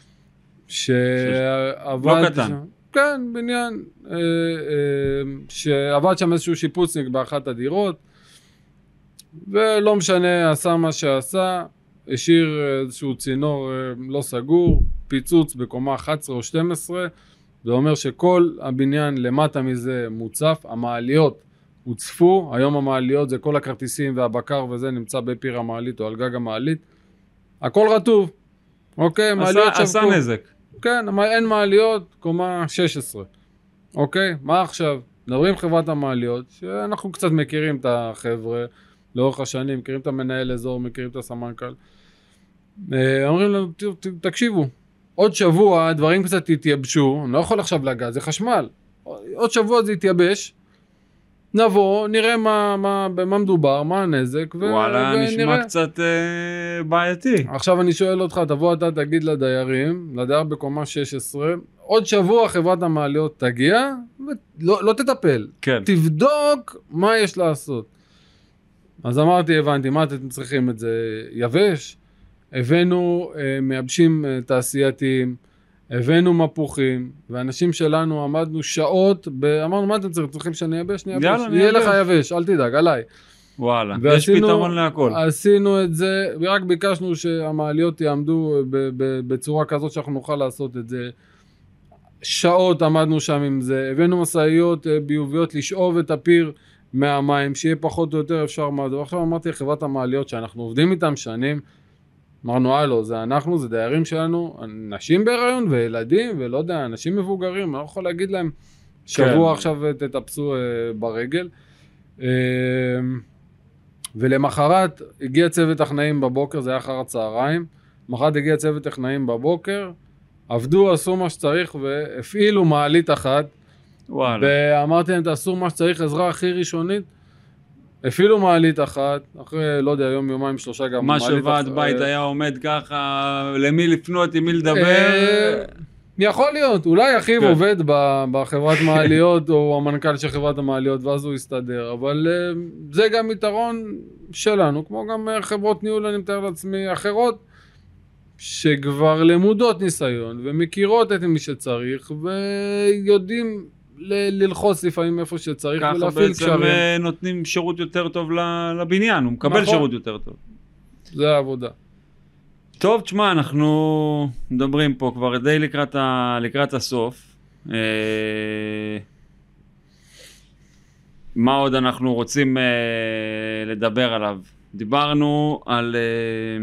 שעבד... לא קטן. כן, בניין, שעבד שם איזשהו שיפוצניק באחת הדירות, ולא משנה, עשה מה שעשה, השאיר איזשהו צינור לא סגור, פיצוץ בקומה אחת עשרה או שתים עשרה, זה אומר שכל הבניין למטה מזה מוצף, המעליות הוצפו, היום המעליות זה כל הכרטיסים והבקר וזה נמצא בפיר המעלית או על גג המעלית, הכל רטוב, אוקיי, מעליות שבקו. עשה נזק. כן, אין מעליות, קומה שש עשרה, אוקיי, מה עכשיו? מדברים חברת המעליות, שאנחנו קצת מכירים את החבר'ה, לאורך השנים, מכירים את המנהל אזור, מכירים את הסמנכ"ל, אומרים לנו, תקשיבו, עוד שבוע דברים קצת יתייבשו, אני לא יכול עכשיו לגעת, זה חשמל, עוד שבוע זה יתייבש, נבוא, נראה מה, מה, במה מדובר, מה הנזק, ו... וואלה, ונראה. נשמע קצת אה, בעייתי. עכשיו אני שואל אותך, תבוא אתה תגיד לדיירים, לדייר בקומה שש עשרה, עוד שבוע חברת המעליות תגיע, ולא לא תטפל, כן. תבדוק מה יש לעשות. אז אמרתי, הבנתי, מה אתם צריכים את זה? יבש? הבאנו אה, מייבשים אה, תעשייתיים, הבאנו מפוחים, ואנשים שלנו עמדנו שעות, ב... אמרנו, מה אתם צריכים? צריכים שאני יבש? אני יבש. יהיה לך יבש, אל תדאג, עליי. וואלה, ועשינו, יש פתרון להכל. עשינו את זה, ורק ביקשנו שהמעליות יעמדו ב- ב- בצורה כזאת שאנחנו נוכל לעשות את זה. שעות עמדנו שם עם זה, הבאנו מסעיות ביוביות לשאוב את הפיר מהמים, שיהיה פחות או יותר אפשר מה. ועכשיו אמרתי לחברת המעליות שאנחנו עובדים איתם שנים, אמרנו, הלו, זה אנחנו, זה דיירים שלנו, נשים בהיריון וילדים, ולא יודע, אנשים מבוגרים, אני לא יכול להגיד להם, שבוע כן. עכשיו תטפסו אה, ברגל. אה, ולמחרת הגיע צוות טכנאים בבוקר, זה היה אחר הצהריים, מחרת הגיע צוות טכנאים בבוקר, עבדו, עשו מה שצריך, והפעילו מעלית אחת, וואלה. ואמרתי להם, תעשו מה שצריך, עזרה הכי ראשונית, הפעילו מעלית אחת, אחרי, לא יודע, יום, יומיים, שלושה גם. מה שוועד בית היה עומד ככה, למי לפנות, עם מי לדבר? יכול להיות, אולי אחיו עובד בחברת מעליות, או המנכ"ל של חברת המעליות, ואז הוא יסתדר, אבל זה גם יתרון שלנו, כמו גם חברות ניהול, אני מתאר לעצמי, אחרות, שכבר למודות ניסיון, ומכירות את מי שצריך, ויודעים ל- ללחוץ לפעמים איפה שצריך, ולהפעיל קשרים. ככה בעצם נותנים שירות יותר טוב לבניין, הוא מקבל נכון. שירות יותר טוב. זה העבודה. טוב, תשמע, אנחנו מדברים פה כבר די לקראת, ה... לקראת הסוף. אה... מה עוד אנחנו רוצים אה... לדבר עליו? דיברנו על... אה...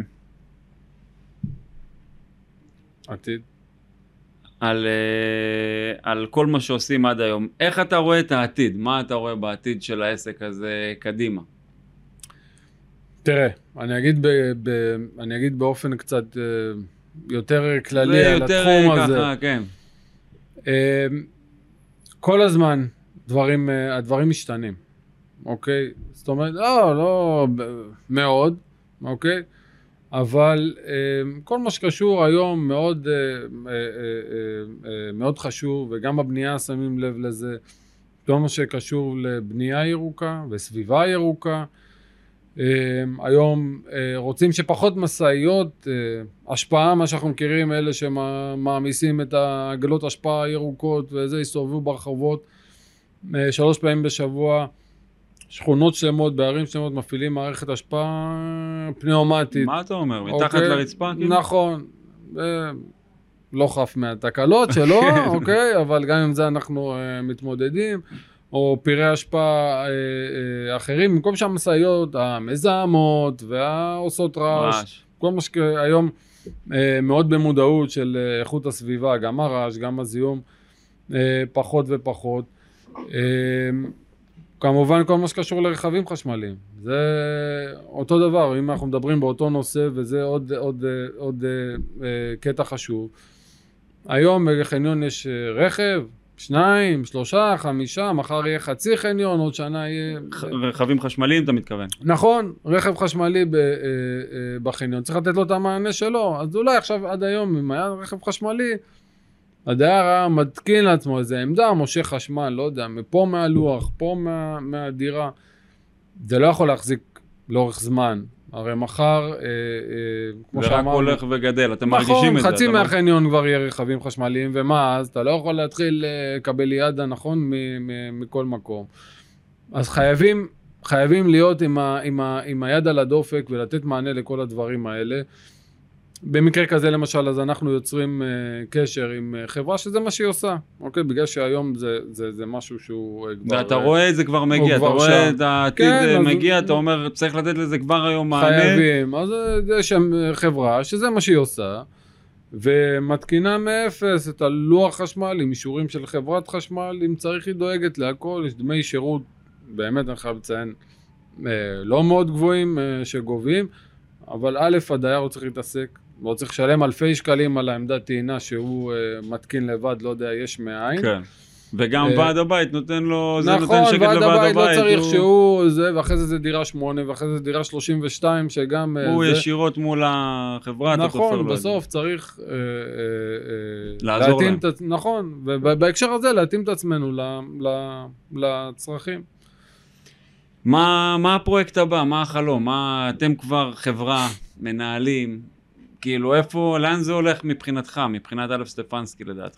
עתיד. על, uh, על כל מה שעושים עד היום. איך אתה רואה את העתיד? מה אתה רואה בעתיד של העסק הזה קדימה? תראה, אני אגיד, ב, ב, אני אגיד באופן קצת uh, יותר כללי על יותר התחום ככה, הזה. כן. Uh, כל הזמן דברים, uh, הדברים משתנים, אוקיי? זאת אומרת, לא, לא מאוד, אוקיי? אבל כל מה שקשור היום מאוד, מאוד חשוב, וגם בבנייה שמים לב לזה, כל מה שקשור לבנייה ירוקה וסביבה ירוקה, היום רוצים שפחות מסעיות, השפעה, מה שאנחנו מכירים, אלה שמעמיסים את העגלות השפעה הירוקות וזה, יסתובבו ברחובות שלוש פעמים בשבוע, שכונות שלמות, בערים שלמות, מפעילים מערכת השפעה פניאומטית. מה אתה אומר? מתחת לרצפה? נכון, לא חף מהתקלות שלו, אוקיי, אבל גם עם זה אנחנו מתמודדים. או פירי השפעה אה, אה, אחרים, במקום שהמסעיות המזהמות והעושות רעש, רעש. כל מה שהיום אה, מאוד במודעות של אה, איכות הסביבה, גם הרעש, גם הזיהום, אה, פחות ופחות. אה, כמובן כל מה שקשור לרכבים חשמליים, זה אותו דבר, אם אנחנו מדברים באותו נושא, וזה עוד, עוד, עוד אה, אה, קטע חשוב. היום בחניון יש רכב, שניים, שלושה, חמישה, מחר יהיה חצי חניון, עוד שנה יהיה... רכבים חשמליים אתה מתכוון? נכון, רכב חשמלי בחניון, צריך לתת לו את המענה שלו, אז אולי עכשיו עד היום, אם היה רכב חשמלי, הדייר היה מתקין לעצמו איזה עמדה, מושך חשמל, לא יודע, מפה מהלוח, פה מה, מהדירה, זה לא יכול להחזיק לאורך זמן. הרי מחר, אה, אה, כמו שאמרנו... ורק הולך וגדל, אתם מרגישים את זה. נכון, חצי מהחניון כבר יהיה רכבים חשמליים, ומה אז? אתה לא יכול להתחיל לקבל ידע, נכון, מכל מקום. אז חייבים, חייבים להיות עם, ה, עם, ה, עם היד על הדופק, ולתת מענה לכל הדברים האלה. במקרה כזה למשל, אז אנחנו יוצרים uh, קשר עם uh, חברה שזה מה שהיא עושה, אוקיי? בגלל שהיום זה, זה, זה משהו שהוא uh, כבר... ואתה רואה את זה כבר מגיע, אתה רואה את העתיד כן, מגיע, אז... אתה אומר, צריך לתת לזה כבר היום מענה. חייבים, אז זה שם חברה שזה מה שהיא עושה, ומתקינה מאפס את הלוח חשמל, עם אישורים של חברת חשמל, אם צריך היא דואגת להכל, יש דמי שירות, באמת אני חייב לציין, uh, לא מאוד גבוהים uh, שגובים, אבל א', הדייר הוא צריך להתעסק, הוא צריך לשלם אלפי שקלים על העמדת טעינה שהוא uh, מתקין לבד, לא יודע, יש מאין. כן. וגם uh, ועד הבית נותן לו, זה נכון, נותן שקט לוועד הבית. נכון, ועד הבית לא צריך הוא... שהוא זה, ואחרי זה זה דירה שמונה, ואחרי זה דירה שלושים ושתיים, שגם... הוא זה... ישירות מול החברה, נכון, בסוף צריך... Uh, uh, uh, לעזור להם. את... נכון, ובהקשר הזה להתאים את עצמנו ל... ל... לצרכים. מה, מה הפרויקט הבא? מה החלום? מה, אתם כבר חברה, מנהלים, כאילו איפה, לאן זה הולך מבחינתך, מבחינת אלף סטפנסקי לדעתך?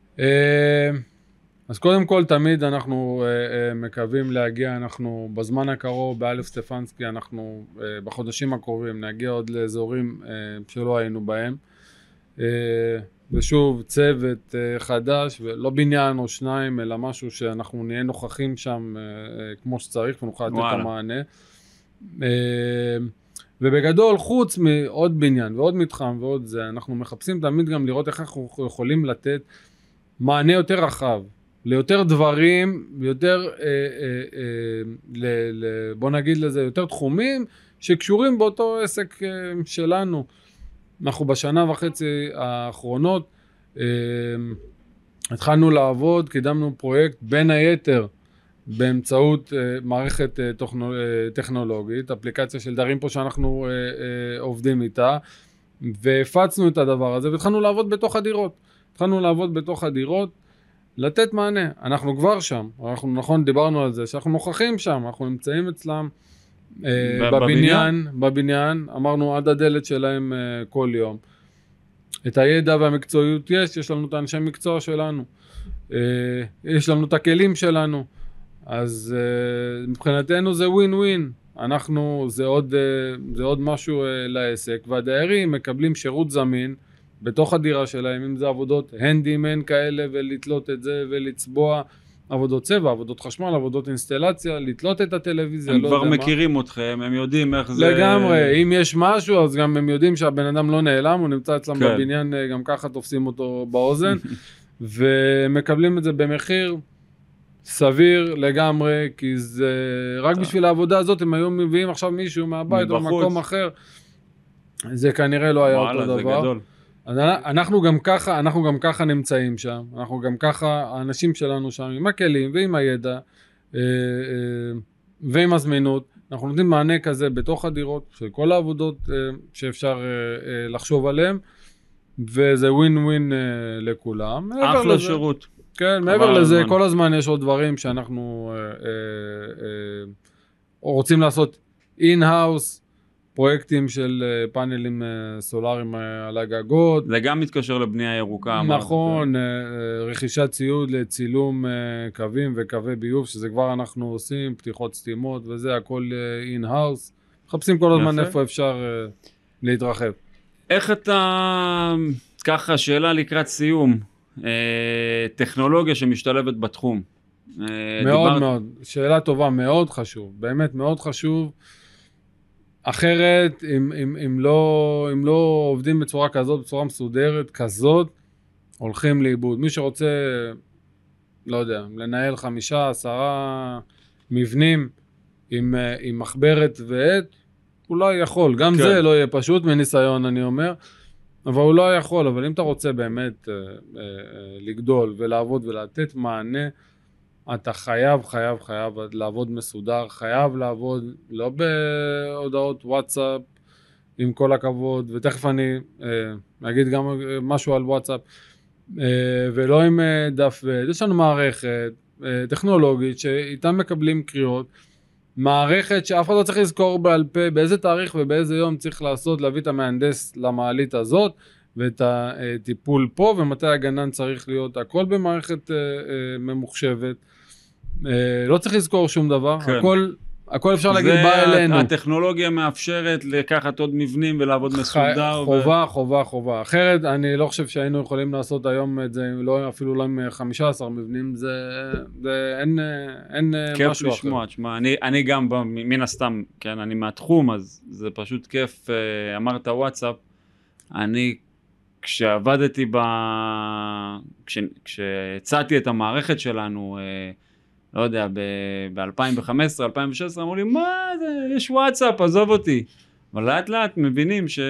אז קודם כל תמיד אנחנו מקווים להגיע, אנחנו בזמן הקרוב באלף סטפנסקי, אנחנו בחודשים הקרובים נגיע עוד לאזורים שלא היינו בהם. ושוב, צוות חדש, ולא בניין או שניים, אלא משהו שאנחנו נהיה נוכחים שם כמו שצריך, ונוכל לתת את המענה. ובגדול, חוץ מעוד בניין ועוד מתחם ועוד זה, אנחנו מחפשים תמיד גם לראות איך אנחנו יכולים לתת מענה יותר רחב, ליותר דברים, יותר, בוא נגיד לזה, יותר תחומים שקשורים באותו עסק שלנו. אנחנו בשנה וחצי האחרונות אה, התחלנו לעבוד, קידמנו פרויקט בין היתר באמצעות אה, מערכת אה, טכנו, אה, טכנולוגית, אפליקציה של דרים פה שאנחנו אה, אה, עובדים איתה, והפצנו את הדבר הזה והתחלנו לעבוד בתוך הדירות. התחלנו לעבוד בתוך הדירות, לתת מענה. אנחנו כבר שם, אנחנו נכון דיברנו על זה, שאנחנו נוכחים שם, אנחנו נמצאים אצלם, בבניין, בבניין, אמרנו עד הדלת שלהם כל יום. את הידע והמקצועיות יש, יש לנו את האנשי מקצוע שלנו, יש לנו את הכלים שלנו, אז מבחינתנו זה ווין ווין, אנחנו, זה עוד, זה עוד משהו לעסק, והדיירים מקבלים שירות זמין בתוך הדירה שלהם, אם זה עבודות הנדימן כאלה, ולתלות את זה ולצבוע, עבודות צבע, עבודות חשמל, עבודות אינסטלציה, לתלות את הטלוויזיה. הם לא כבר מכירים מה. אתכם, הם יודעים איך זה... לגמרי, אם יש משהו, אז גם הם יודעים שהבן אדם לא נעלם, הוא נמצא אצלם כן. בבניין, גם ככה תופסים אותו באוזן, ומקבלים את זה במחיר סביר לגמרי, כי זה רק בשביל העבודה הזאת, הם היו מביאים עכשיו מישהו מהבית או מקום אחר, זה כנראה לא היה אותו דבר. וואלה, זה גדול. אנחנו גם ככה, אנחנו גם ככה נמצאים שם, אנחנו גם ככה, האנשים שלנו שם עם הכלים ועם הידע ועם הזמינות, אנחנו נותנים מענה כזה בתוך הדירות של כל העבודות שאפשר לחשוב עליהן, וזה ווין ווין לכולם. אחלה שירות. כן, מעבר לזה, כל הזמן יש עוד דברים שאנחנו רוצים לעשות אין-האוס, פרויקטים של פאנלים סולאריים על הגגות. זה גם מתקשר לבנייה ירוקה. נכון, רכישת ציוד לצילום קווים וקווי ביוב, שזה כבר אנחנו עושים, פתיחות סתימות וזה, הכל אין-האוס. מחפשים כל הזמן איפה אפשר להתרחב. איך אתה, ככה שאלה לקראת סיום, טכנולוגיה שמשתלבת בתחום? מאוד מאוד, שאלה טובה, מאוד חשוב, באמת מאוד חשוב. אחרת, אם, אם, אם, לא, אם לא עובדים בצורה כזאת, בצורה מסודרת, כזאת, הולכים לאיבוד. מי שרוצה, לא יודע, לנהל חמישה, עשרה מבנים עם, עם מחברת ועט, הוא לא יכול. גם כן. זה לא יהיה פשוט מניסיון, אני אומר, אבל הוא לא יכול. אבל אם אתה רוצה באמת אה, אה, לגדול ולעבוד ולתת מענה, אתה חייב, חייב, חייב לעבוד מסודר, חייב לעבוד לא בהודעות וואטסאפ, עם כל הכבוד, ותכף אני אה, אגיד גם משהו על וואטסאפ, אה, ולא עם אה, דף ועד. יש לנו מערכת אה, טכנולוגית שאיתה מקבלים קריאות, מערכת שאף אחד לא צריך לזכור בעל פה, באיזה תאריך ובאיזה יום צריך לעשות, להביא את המהנדס למעלית הזאת, ואת הטיפול פה, ומתי הגנן צריך להיות, הכל במערכת אה, אה, ממוחשבת, לא צריך לזכור שום דבר, כן. הכל, הכל אפשר להגיד בא אלינו. הטכנולוגיה מאפשרת לקחת עוד מבנים ולעבוד מסודר. חובה, ו... חובה, חובה. אחרת, אני לא חושב שהיינו יכולים לעשות היום את זה, לא, אפילו לא עם חמישה עשר מבנים, זה, זה אין, אין משהו אחר. כיף לשמוע, תשמע, אני, אני גם מן הסתם, כן, אני מהתחום, אז זה פשוט כיף, אמרת וואטסאפ, אני כשעבדתי ב... כש... כשהצעתי את המערכת שלנו, לא יודע, ב-אלפיים וחמש עשרה, אלפיים ושש עשרה, אמרו לי, מה זה, יש וואטסאפ, עזוב אותי. אבל לאט לאט מבינים ש...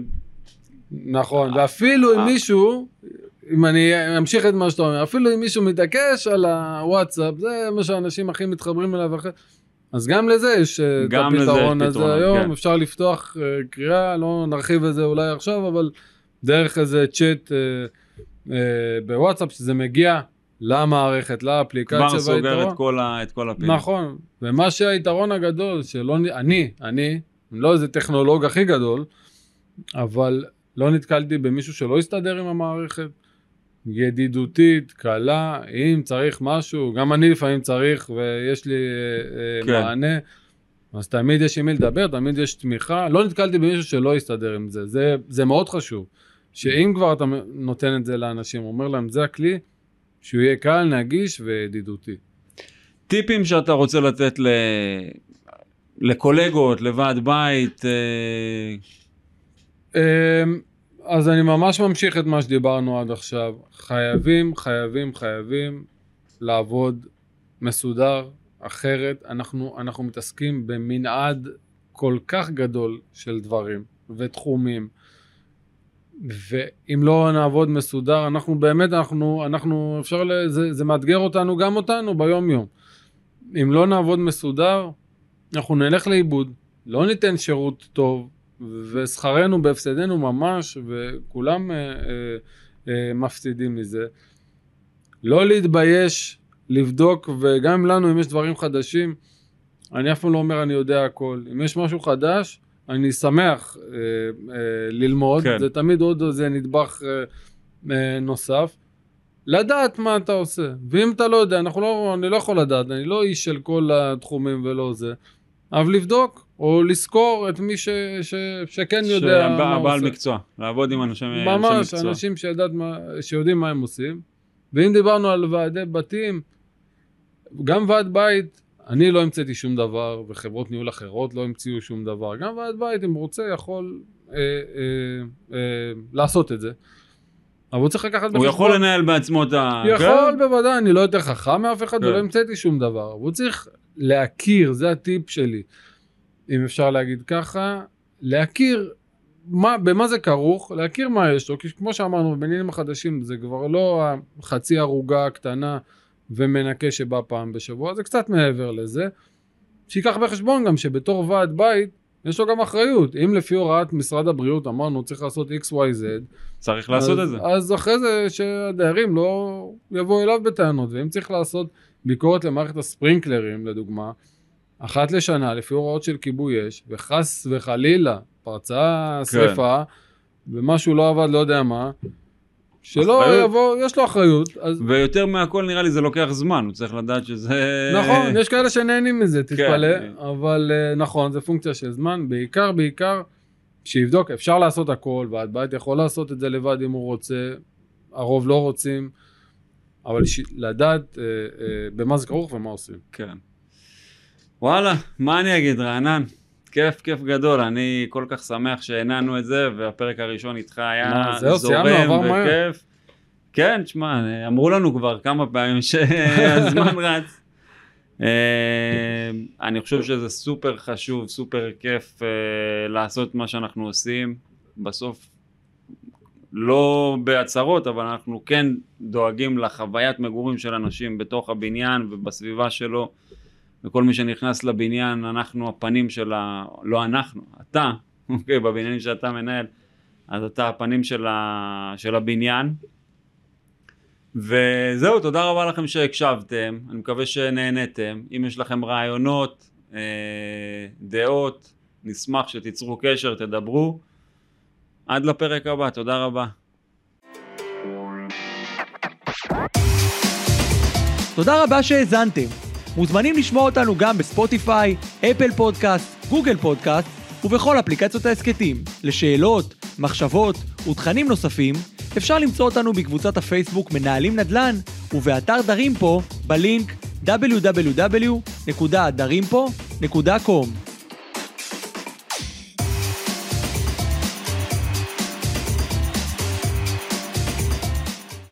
נכון, ואפילו אם מישהו, אם אני אמשיך את מה שאתה אומר, אפילו אם מישהו מתעקש על הוואטסאפ, זה מה שאנשים הכי מתחברים אליו אחרי, אז גם לזה יש את הפתרון הזה היום, אפשר לפתוח קריאה, לא נרחיב את זה אולי עכשיו, אבל דרך איזה צ'אט בוואטסאפ, שזה מגיע למערכת, לאפליקציה. כבר סוגר את כל, את כל הפעילות. נכון, ומה שהיתרון הגדול, שלא, אני, אני, לא איזה טכנולוג הכי גדול, אבל לא נתקלתי במישהו שלא יסתדר עם המערכת, ידידותית, קלה, אם צריך משהו, גם אני לפעמים צריך, ויש לי כן. מענה, אז תמיד יש עם מי לדבר, תמיד יש תמיכה, לא נתקלתי במישהו שלא יסתדר עם זה, זה, זה מאוד חשוב, שאם כבר אתה נותן את זה לאנשים, אומר להם, זה הכלי, שהוא יהיה קל, נגיש וידידותי. טיפים שאתה רוצה לתת ל... לקולגות, לוועד בית? אז אני ממש ממשיך את מה שדיברנו עד עכשיו. חייבים, חייבים, חייבים לעבוד מסודר, אחרת אנחנו, אנחנו מתעסקים במנעד כל כך גדול של דברים ותחומים. ואם לא נעבוד מסודר, אנחנו באמת, אנחנו, אנחנו אפשר, זה, זה מאתגר אותנו, גם אותנו ביום יום. אם לא נעבוד מסודר, אנחנו נלך לאיבוד, לא ניתן שירות טוב, ושכרנו בהפסדנו ממש, וכולם אה, אה, אה, מפסידים מזה. לא להתבייש, לבדוק, וגם לנו, אם יש דברים חדשים, אני אף פעם לא אומר, אני יודע הכל. אם יש משהו חדש, אני שמח אה, אה, ללמוד, כן. זה תמיד עוד איזה נדבך אה, אה, נוסף, לדעת מה אתה עושה, ואם אתה לא יודע, אנחנו לא, אני לא יכול לדעת, אני לא איש של כל התחומים ולא זה, אבל לבדוק, או לזכור את מי ש, ש, שכן יודע מה עושה. בעל עושה. מקצוע, לעבוד עם אנשים, ממש, אנשי מקצוע. אנשים שידעת מה, שיודעים מה הם עושים, ואם דיברנו על ועדי בתים, גם ועד בית, אני לא המצאתי שום דבר, וחברות ניהול אחרות לא המציאו שום דבר. גם ועד בית, אם רוצה, יכול אה, אה, אה, לעשות את זה. אבל הוא צריך לקחת... הוא יכול לנהל בעצמו את ה... יכול בוודאי, אני לא יותר חכם מאף אחד, ולא המצאתי שום דבר. הוא צריך להכיר, זה הטיפ שלי. אם אפשר להגיד ככה, להכיר מה, במה זה כרוך, להכיר מה יש לו, כי כמו שאמרנו, בבניינים החדשים, זה כבר לא חצי ערוגה קטנה, ומנקה שבא פעם בשבוע, זה קצת מעבר לזה, שיקח בחשבון גם שבתור ועד בית, יש לו גם אחריות, אם לפי הוראת משרד הבריאות אמרנו צריך לעשות אקס וואי זד, צריך לעשות אז, את זה. אז אחרי זה שהדיירים לא יבואו אליו בטענות, ואם צריך לעשות ביקורת למערכת הספרינקלרים לדוגמה, אחת לשנה, לפי הוראות של כיבוי אש, וחס וחלילה, פרצה שריפה, ומשהו לא עבד, לא יודע מה, שלא אחריות. יבוא, יש לו אחריות. אז... ויותר מהכל נראה לי זה לוקח זמן, הוא צריך לדעת שזה... נכון, יש כאלה שנהנים מזה, תתפלא, כן. אבל נכון, זה פונקציה של זמן, בעיקר, בעיקר, שיבדוק, אפשר לעשות הכל, ועד בית יכול לעשות את זה לבד אם הוא רוצה, הרוב לא רוצים, אבל ש... לדעת אה, אה, במה זה כרוך ומה עושים. כן. וואלה, מה אני אגיד, רענן? כיף, כיף גדול, אני כל כך שמח שהנענו את זה, והפרק הראשון איתך היה זורם וכיף. כן, תשמע, אמרו לנו כבר כמה פעמים שהזמן רץ. אני חושב שזה סופר חשוב, סופר כיף לעשות מה שאנחנו עושים. בסוף, לא בהצהרות, אבל אנחנו כן דואגים לחוויית מגורים של אנשים בתוך הבניין ובסביבה שלו. וכל מי שנכנס לבניין, אנחנו הפנים של ה... לא אנחנו, אתה, אוקיי, בבניינים שאתה מנהל, אז אתה הפנים של, ה... של הבניין. וזהו, תודה רבה לכם שהקשבתם, אני מקווה שנהנתם. אם יש לכם רעיונות, אה, דעות, נשמח שתיצרו קשר, תדברו. עד לפרק הבא, תודה רבה. תודה רבה שהאזנתם. מוזמנים לשמוע אותנו גם בספוטיפיי, אפל פודקאסט, גוגל פודקאסט ובכל אפליקציות העסקתים. לשאלות, מחשבות ותכנים נוספים אפשר למצוא אותנו בקבוצת הפייסבוק מנהלים נדל"ן ובאתר דרימפו בלינק דאבליו דאבליו דאבליו נקודה דרימפו נקודה קום.